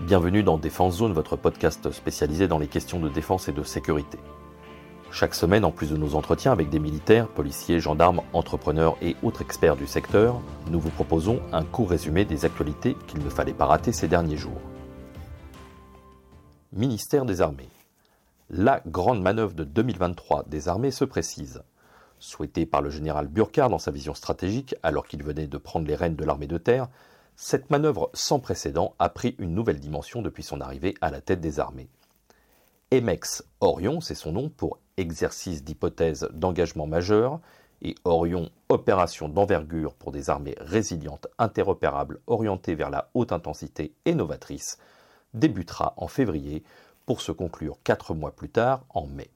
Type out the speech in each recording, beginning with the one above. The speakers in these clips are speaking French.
Bienvenue dans Défense Zone, votre podcast spécialisé dans les questions de défense et de sécurité. Chaque semaine, en plus de nos entretiens avec des militaires, policiers, gendarmes, entrepreneurs et autres experts du secteur, nous vous proposons un court résumé des actualités qu'il ne fallait pas rater ces derniers jours. Ministère des Armées. La grande manœuvre de 2023 des armées se précise. Souhaitée par le général Burkhardt dans sa vision stratégique, alors qu'il venait de prendre les rênes de l'armée de terre, cette manœuvre sans précédent a pris une nouvelle dimension depuis son arrivée à la tête des armées. EMEX Orion, c'est son nom pour exercice d'hypothèse d'engagement majeur, et Orion, opération d'envergure pour des armées résilientes, interopérables, orientées vers la haute intensité et novatrices, débutera en février pour se conclure 4 mois plus tard, en mai.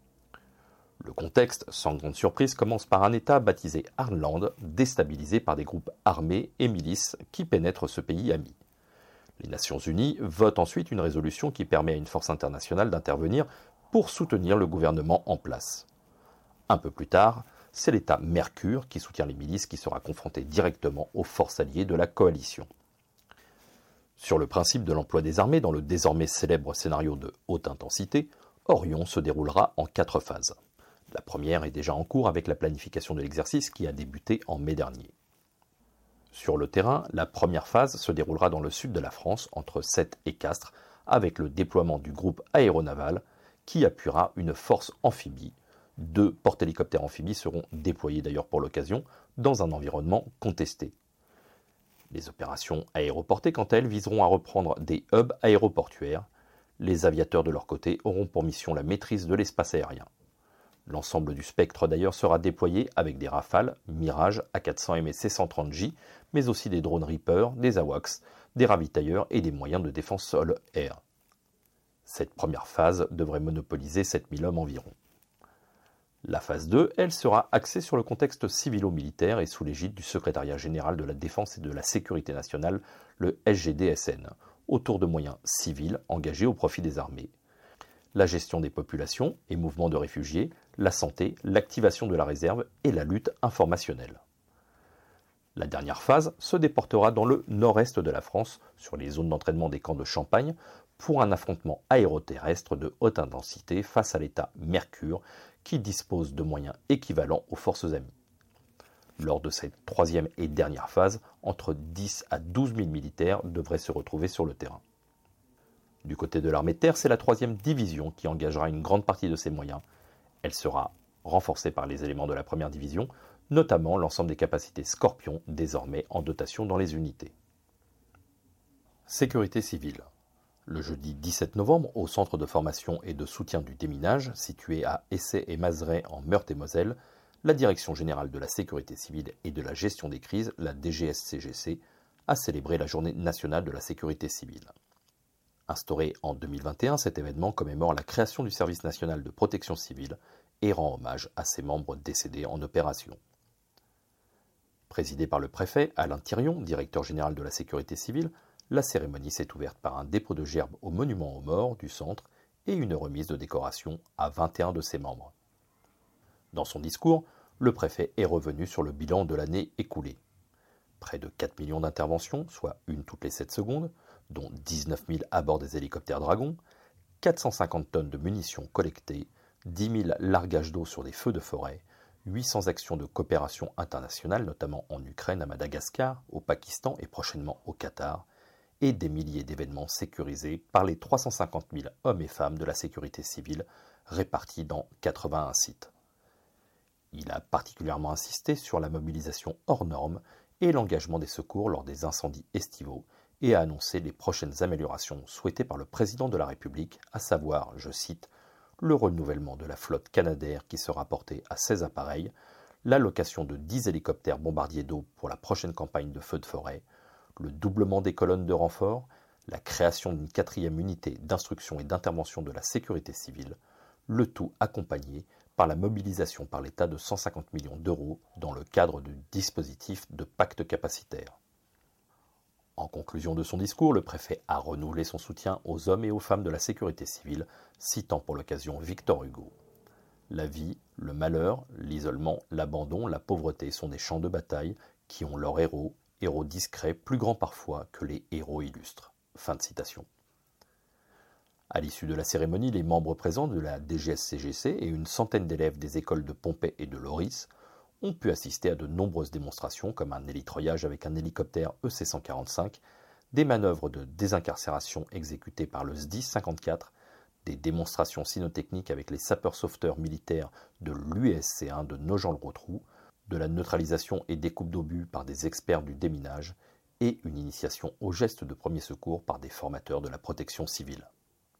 Le contexte, sans grande surprise, commence par un État baptisé Arnland, déstabilisé par des groupes armés et milices qui pénètrent ce pays ami. Les Nations Unies votent ensuite une résolution qui permet à une force internationale d'intervenir pour soutenir le gouvernement en place. Un peu plus tard, c'est l'État Mercure qui soutient les milices qui sera confronté directement aux forces alliées de la coalition. Sur le principe de l'emploi des armées dans le désormais célèbre scénario de haute intensité, Orion se déroulera en 4 phases. La première est déjà en cours avec la planification de l'exercice qui a débuté en mai dernier. Sur le terrain, la première phase se déroulera dans le sud de la France, entre Sète et Castres, avec le déploiement du groupe aéronaval qui appuiera une force amphibie. 2 porte-hélicoptères amphibies seront déployés d'ailleurs pour l'occasion dans un environnement contesté. Les opérations aéroportées, quant à elles, viseront à reprendre des hubs aéroportuaires. Les aviateurs de leur côté auront pour mission la maîtrise de l'espace aérien. L'ensemble du spectre d'ailleurs sera déployé avec des Rafales, Mirage, A400M et C-130J, mais aussi des drones Reaper, des AWACS, des ravitailleurs et des moyens de défense sol-air. Cette première phase devrait monopoliser 7000 hommes environ. La phase 2, elle sera axée sur le contexte civilo-militaire et sous l'égide du Secrétariat général de la Défense et de la Sécurité nationale, le SGDSN, autour de moyens civils engagés au profit des armées. La gestion des populations et mouvements de réfugiés, la santé, l'activation de la réserve et la lutte informationnelle. La dernière phase se déportera dans le nord-est de la France, sur les zones d'entraînement des camps de Champagne, pour un affrontement aéroterrestre de haute intensité face à l'État Mercure, qui dispose de moyens équivalents aux forces amies. Lors de cette troisième et dernière phase, entre 10 à 12 000 militaires devraient se retrouver sur le terrain. Du côté de l'armée de terre, c'est la 3e division qui engagera une grande partie de ses moyens. Elle sera renforcée par les éléments de la 1re division, notamment l'ensemble des capacités Scorpion, désormais en dotation dans les unités. Sécurité civile. Le jeudi 17 novembre, au centre de formation et de soutien du déminage, situé à Essey et Mazeret en Meurthe-et-Moselle, la Direction générale de la sécurité civile et de la gestion des crises, la DGSCGC, a célébré la Journée nationale de la sécurité civile. Instauré en 2021, cet événement commémore la création du service national de protection civile et rend hommage à ses membres décédés en opération. Présidée par le préfet Alain Thirion, directeur général de la sécurité civile, la cérémonie s'est ouverte par un dépôt de gerbes au monument aux morts du centre et une remise de décoration à 21 de ses membres. Dans son discours, le préfet est revenu sur le bilan de l'année écoulée. Près de 4 millions d'interventions, soit une toutes les 7 secondes, dont 19 000 à bord des hélicoptères Dragon, 450 tonnes de munitions collectées, 10 000 largages d'eau sur des feux de forêt, 800 actions de coopération internationale, notamment en Ukraine, à Madagascar, au Pakistan et prochainement au Qatar, et des milliers d'événements sécurisés par les 350 000 hommes et femmes de la sécurité civile répartis dans 81 sites. Il a particulièrement insisté sur la mobilisation hors norme et l'engagement des secours lors des incendies estivaux, et a annoncé les prochaines améliorations souhaitées par le président de la République, à savoir, je cite, le renouvellement de la flotte Canadair qui sera portée à 16 appareils, l'allocation de 10 hélicoptères bombardiers d'eau pour la prochaine campagne de feux de forêt, le doublement des colonnes de renfort, la création d'une 4e unité d'instruction et d'intervention de la sécurité civile, le tout accompagné par la mobilisation par l'État de 150 millions d'euros dans le cadre du dispositif de pacte capacitaire. En conclusion de son discours, le préfet a renouvelé son soutien aux hommes et aux femmes de la sécurité civile, citant pour l'occasion Victor Hugo. La vie, le malheur, l'isolement, l'abandon, la pauvreté sont des champs de bataille qui ont leurs héros discrets plus grands parfois que les héros illustres. Fin de citation. À l'issue de la cérémonie, les membres présents de la DGSCGC et une centaine d'élèves des écoles de Pompey et de Loris ont pu assister à de nombreuses démonstrations comme un hélitreuillage avec un hélicoptère EC-145, des manœuvres de désincarcération exécutées par le SDIS 54, des démonstrations cynotechniques avec les sapeurs-sauveteurs militaires de l'USC-1 de Nogent-le-Rotrou, de la neutralisation et découpe d'obus par des experts du déminage et une initiation aux gestes de premier secours par des formateurs de la protection civile.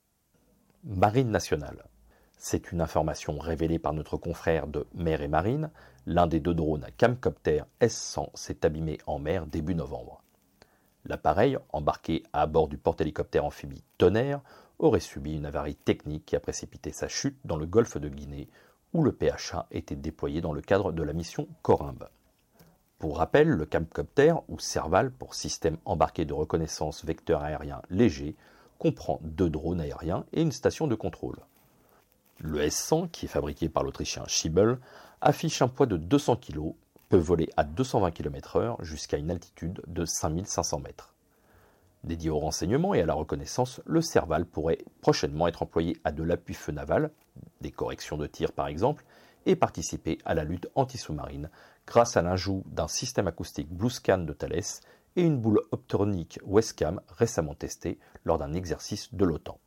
Marine nationale. C'est une information révélée par notre confrère de Mer et Marine. L'un des deux drones Camcopter S-100 s'est abîmé en mer début novembre. L'appareil, embarqué à bord du porte-hélicoptère amphibie Tonnerre, aurait subi une avarie technique qui a précipité sa chute dans le golfe de Guinée, où le PHA était déployé dans le cadre de la mission Corymbe. Pour rappel, le Camcopter, ou Serval pour système embarqué de reconnaissance vecteur aérien léger, comprend 2 drones aériens et une station de contrôle. Le S-100, qui est fabriqué par l'Autrichien Schiebel, affiche un poids de 200 kg, peut voler à 220 km/h jusqu'à une altitude de 5500 mètres. Dédié au renseignement et à la reconnaissance, le Serval pourrait prochainement être employé à de l'appui-feu naval, des corrections de tir par exemple, et participer à la lutte anti-sous-marine grâce à l'ajout d'un système acoustique BlueScan de Thales et une boule optronique Wescam récemment testée lors d'un exercice de l'OTAN.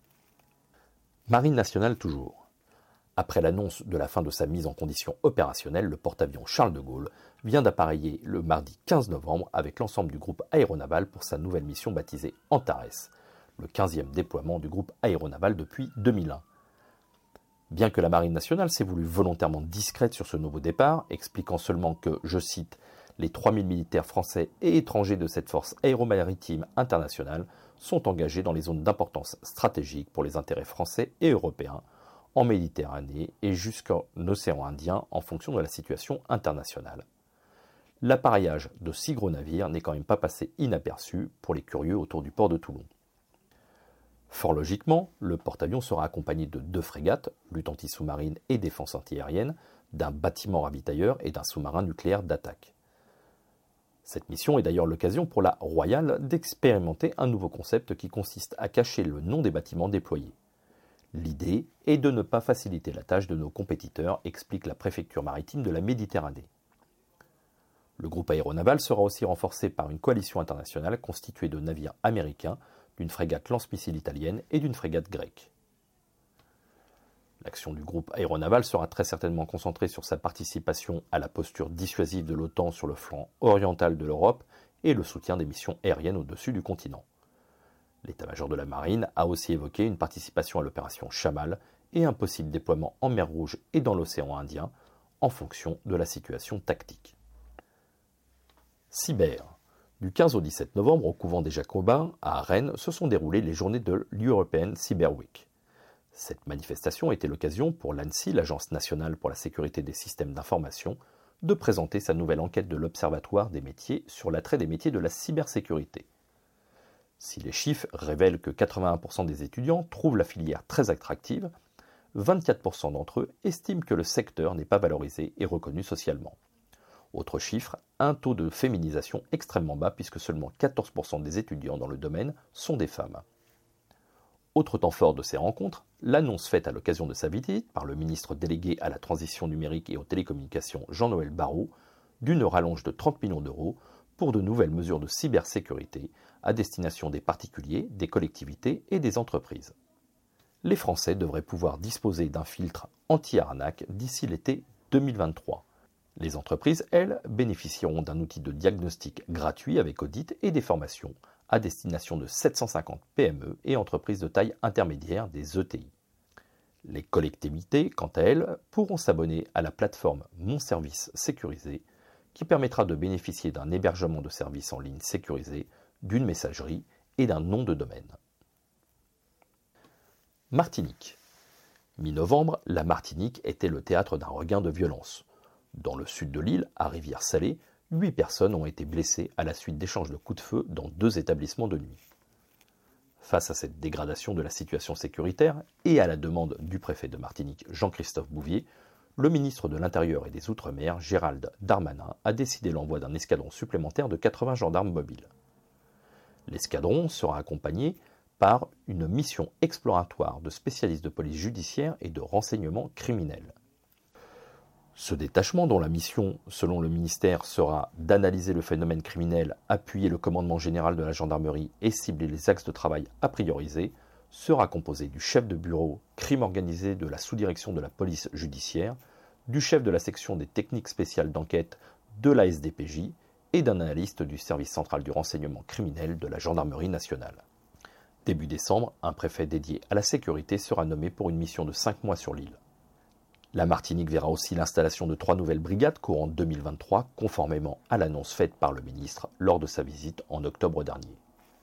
Marine nationale toujours. Après l'annonce de la fin de sa mise en condition opérationnelle, le porte-avions Charles de Gaulle vient d'appareiller le mardi 15 novembre avec l'ensemble du groupe aéronaval pour sa nouvelle mission baptisée Antares, le 15e déploiement du groupe aéronaval depuis 2001. Bien que la Marine nationale s'est voulue volontairement discrète sur ce nouveau départ, expliquant seulement que, je cite, « les 3000 militaires français et étrangers de cette force aéromaritime internationale sont engagés dans les zones d'importance stratégique pour les intérêts français et européens, en Méditerranée et jusqu'en océan Indien en fonction de la situation internationale. » L'appareillage de 6 gros navires n'est quand même pas passé inaperçu pour les curieux autour du port de Toulon. Fort logiquement, le porte-avions sera accompagné de 2 frégates, lutte anti-sous-marine et défense antiaérienne, d'un bâtiment ravitailleur et d'un sous-marin nucléaire d'attaque. Cette mission est d'ailleurs l'occasion pour la Royale d'expérimenter un nouveau concept qui consiste à cacher le nom des bâtiments déployés. L'idée est de ne pas faciliter la tâche de nos compétiteurs, explique la préfecture maritime de la Méditerranée. Le groupe aéronaval sera aussi renforcé par une coalition internationale constituée de navires américains, d'une frégate lance-missiles italienne et d'une frégate grecque. L'action du groupe aéronaval sera très certainement concentrée sur sa participation à la posture dissuasive de l'OTAN sur le flanc oriental de l'Europe et le soutien des missions aériennes au-dessus du continent. L'état-major de la marine a aussi évoqué une participation à l'opération Chamal et un possible déploiement en mer Rouge et dans l'océan Indien en fonction de la situation tactique. Cyber. Du 15 au 17 novembre, au couvent des Jacobins, à Rennes, se sont déroulées les journées de l'European Cyber Week. Cette manifestation était l'occasion pour l'ANSSI, l'Agence nationale pour la sécurité des systèmes d'information, de présenter sa nouvelle enquête de l'Observatoire des métiers sur l'attrait des métiers de la cybersécurité. Si les chiffres révèlent que 81% des étudiants trouvent la filière très attractive, 24% d'entre eux estiment que le secteur n'est pas valorisé et reconnu socialement. Autre chiffre, un taux de féminisation extrêmement bas puisque seulement 14% des étudiants dans le domaine sont des femmes. Autre temps fort de ces rencontres, l'annonce faite à l'occasion de sa visite par le ministre délégué à la transition numérique et aux télécommunications Jean-Noël Barrot d'une rallonge de 30 millions d'euros pour de nouvelles mesures de cybersécurité à destination des particuliers, des collectivités et des entreprises. Les Français devraient pouvoir disposer d'un filtre anti-arnaque d'ici l'été 2023. Les entreprises, elles, bénéficieront d'un outil de diagnostic gratuit avec audit et des formations à destination de 750 PME et entreprises de taille intermédiaire des ETI. Les collectivités, quant à elles, pourront s'abonner à la plateforme Mon Service Sécurisé qui permettra de bénéficier d'un hébergement de services en ligne sécurisé, d'une messagerie et d'un nom de domaine. Martinique. Mi-novembre, la Martinique était le théâtre d'un regain de violence. Dans le sud de l'île, à Rivière-Salée, 8 personnes ont été blessées à la suite d'échanges de coups de feu dans 2 établissements de nuit. Face à cette dégradation de la situation sécuritaire et à la demande du préfet de Martinique Jean-Christophe Bouvier, le ministre de l'Intérieur et des Outre-mer, Gérald Darmanin, a décidé l'envoi d'un escadron supplémentaire de 80 gendarmes mobiles. L'escadron sera accompagné par une mission exploratoire de spécialistes de police judiciaire et de renseignement criminel. Ce détachement, dont la mission, selon le ministère, sera d'analyser le phénomène criminel, appuyer le commandement général de la gendarmerie et cibler les axes de travail à prioriser, sera composé du chef de bureau crime organisé de la sous-direction de la police judiciaire, du chef de la section des techniques spéciales d'enquête de la SDPJ et d'un analyste du service central du renseignement criminel de la gendarmerie nationale. Début décembre, un préfet dédié à la sécurité sera nommé pour une mission de 5 mois sur l'île. La Martinique verra aussi l'installation de 3 nouvelles brigades courant 2023, conformément à l'annonce faite par le ministre lors de sa visite en octobre dernier.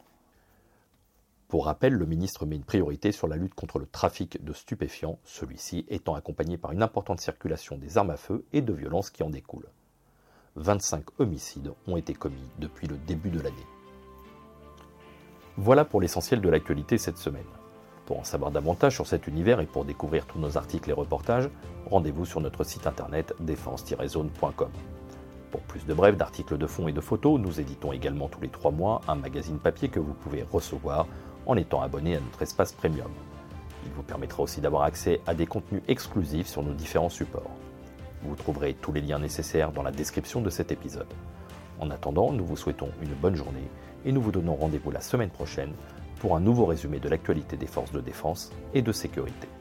Pour rappel, le ministre met une priorité sur la lutte contre le trafic de stupéfiants, celui-ci étant accompagné par une importante circulation des armes à feu et de violences qui en découlent. 25 homicides ont été commis depuis le début de l'année. Voilà pour l'essentiel de l'actualité cette semaine. Pour en savoir davantage sur cet univers et pour découvrir tous nos articles et reportages, rendez-vous sur notre site internet défense-zone.com. Pour plus de brefs, d'articles de fond et de photos, nous éditons également tous les 3 mois un magazine papier que vous pouvez recevoir en étant abonné à notre espace premium. Il vous permettra aussi d'avoir accès à des contenus exclusifs sur nos différents supports. Vous trouverez tous les liens nécessaires dans la description de cet épisode. En attendant, nous vous souhaitons une bonne journée et nous vous donnons rendez-vous la semaine prochaine pour un nouveau résumé de l'actualité des forces de défense et de sécurité.